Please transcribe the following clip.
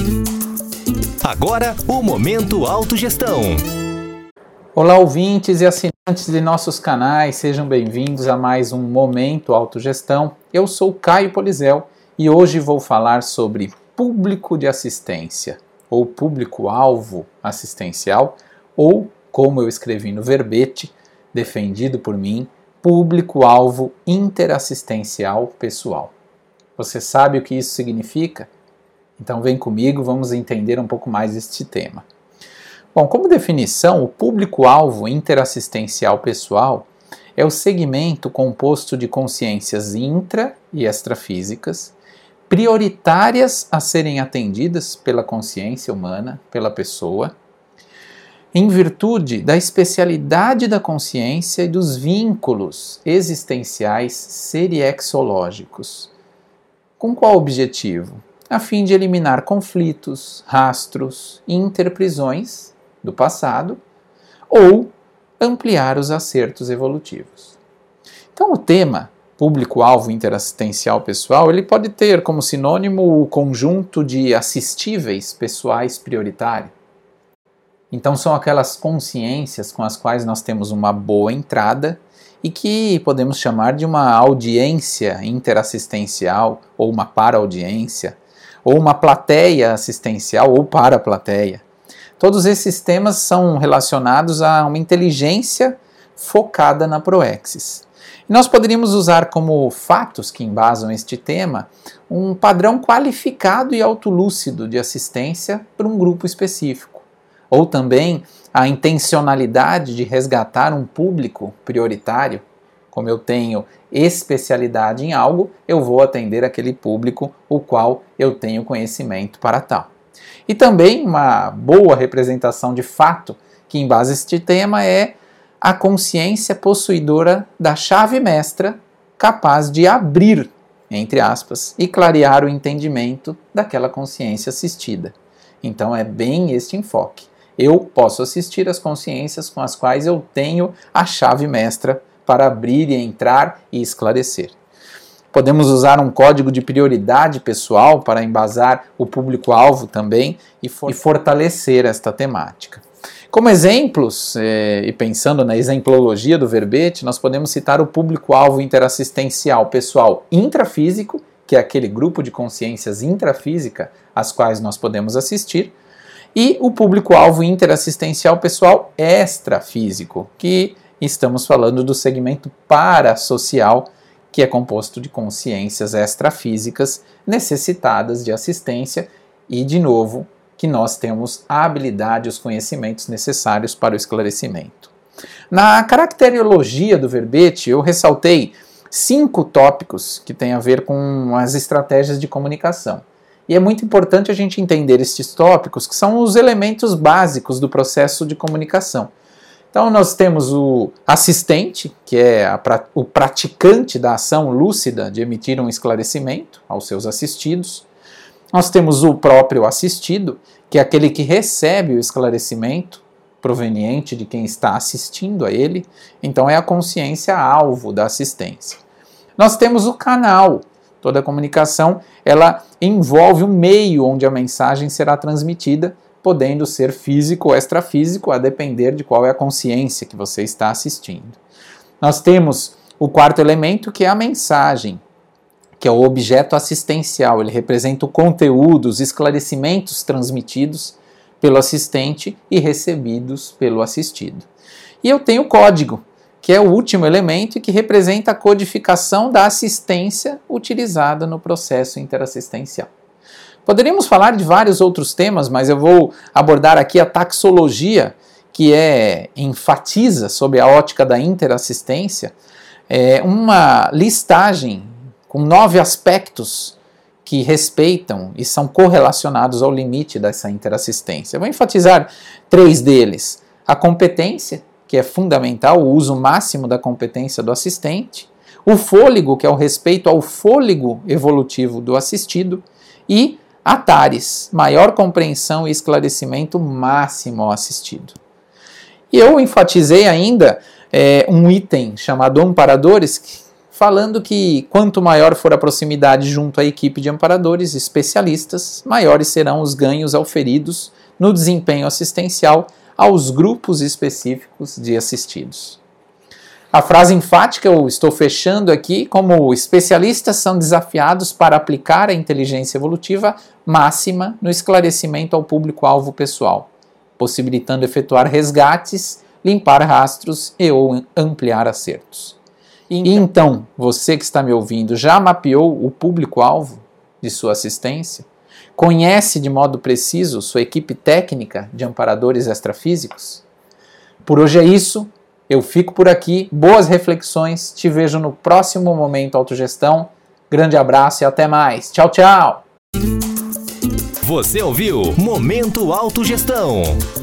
Agora, o Momento Autogestão. Olá, ouvintes e assinantes de nossos canais, sejam bem-vindos a mais um Momento Autogestão. Eu sou Caio Polizel e hoje vou falar sobre público de assistência, ou público-alvo assistencial, ou, como eu escrevi no verbete, defendido por mim, público-alvo interassistencial pessoal. Você sabe o que isso significa? Então vem comigo, vamos entender um pouco mais este tema. Bom, como definição, o público-alvo interassistencial pessoal é o segmento composto de consciências intra- e extrafísicas, prioritárias a serem atendidas pela consciência humana, pela pessoa, em virtude da especialidade da consciência e dos vínculos existenciais seriexológicos. Com qual objetivo? A fim de eliminar conflitos, rastros e interprisões do passado ou ampliar os acertos evolutivos. Então o tema público-alvo interassistencial pessoal, ele pode ter como sinônimo o conjunto de assistíveis pessoais prioritários. Então são aquelas consciências com as quais nós temos uma boa entrada e que podemos chamar de uma audiência interassistencial ou uma para-audiência, ou uma plateia assistencial ou para-plateia. Todos esses temas são relacionados a uma inteligência focada na proexis. E nós poderíamos usar como fatos que embasam este tema um padrão qualificado e autolúcido de assistência para um grupo específico, ou também a intencionalidade de resgatar um público prioritário. Como eu tenho especialidade em algo, eu vou atender aquele público o qual eu tenho conhecimento para tal. E também uma boa representação de fato que embasa este tema é a consciência possuidora da chave mestra capaz de abrir, entre aspas, e clarear o entendimento daquela consciência assistida. Então é bem este enfoque. Eu posso assistir às consciências com as quais eu tenho a chave mestra para abrir e entrar e esclarecer. Podemos usar um código de prioridade pessoal para embasar o público-alvo também e fortalecer esta temática. Como exemplos, e pensando na exemplologia do verbete, nós podemos citar o público-alvo interassistencial pessoal intrafísico, que é aquele grupo de consciências intrafísica às quais nós podemos assistir, e o público-alvo interassistencial pessoal extrafísico, que estamos falando do segmento parasocial, que é composto de consciências extrafísicas necessitadas de assistência e, de novo, que nós temos a habilidade e os conhecimentos necessários para o esclarecimento. Na caracteriologia do verbete, eu ressaltei 5 tópicos que têm a ver com as estratégias de comunicação. E é muito importante a gente entender estes tópicos, que são os elementos básicos do processo de comunicação. Então nós temos o assistente, que é o praticante da ação lúcida de emitir um esclarecimento aos seus assistidos. Nós temos o próprio assistido, que é aquele que recebe o esclarecimento proveniente de quem está assistindo a ele. Então é a consciência alvo da assistência. Nós temos o canal. Toda a comunicação ela envolve um meio onde a mensagem será transmitida, podendo ser físico ou extrafísico, a depender de qual é a consciência que você está assistindo. Nós temos o quarto elemento, que é a mensagem, que é o objeto assistencial. Ele representa o conteúdo, os esclarecimentos transmitidos pelo assistente e recebidos pelo assistido. E eu tenho o código, que é o último elemento e que representa a codificação da assistência utilizada no processo interassistencial. Poderíamos falar de vários outros temas, mas eu vou abordar aqui a taxologia, que enfatiza, sob a ótica da interassistência, uma listagem com 9 aspectos que respeitam e são correlacionados ao limite dessa interassistência. Eu vou enfatizar 3 deles. A competência, que é fundamental, o uso máximo da competência do assistente. O fôlego, que é o respeito ao fôlego evolutivo do assistido. E Atares, maior compreensão e esclarecimento máximo ao assistido. E eu enfatizei ainda um item chamado amparadores, que falando que quanto maior for a proximidade junto à equipe de amparadores especialistas, maiores serão os ganhos auferidos no desempenho assistencial aos grupos específicos de assistidos. A frase enfática eu estou fechando aqui como especialistas são desafiados para aplicar a inteligência evolutiva máxima no esclarecimento ao público-alvo pessoal, possibilitando efetuar resgates, limpar rastros e ou ampliar acertos. Então, você que está me ouvindo, já mapeou o público-alvo de sua assistência? Conhece de modo preciso sua equipe técnica de amparadores extrafísicos? Por hoje é isso, eu fico por aqui, boas reflexões, te vejo no próximo Momento Autogestão. Grande abraço e até mais. Tchau, tchau! Você ouviu Momento Autogestão.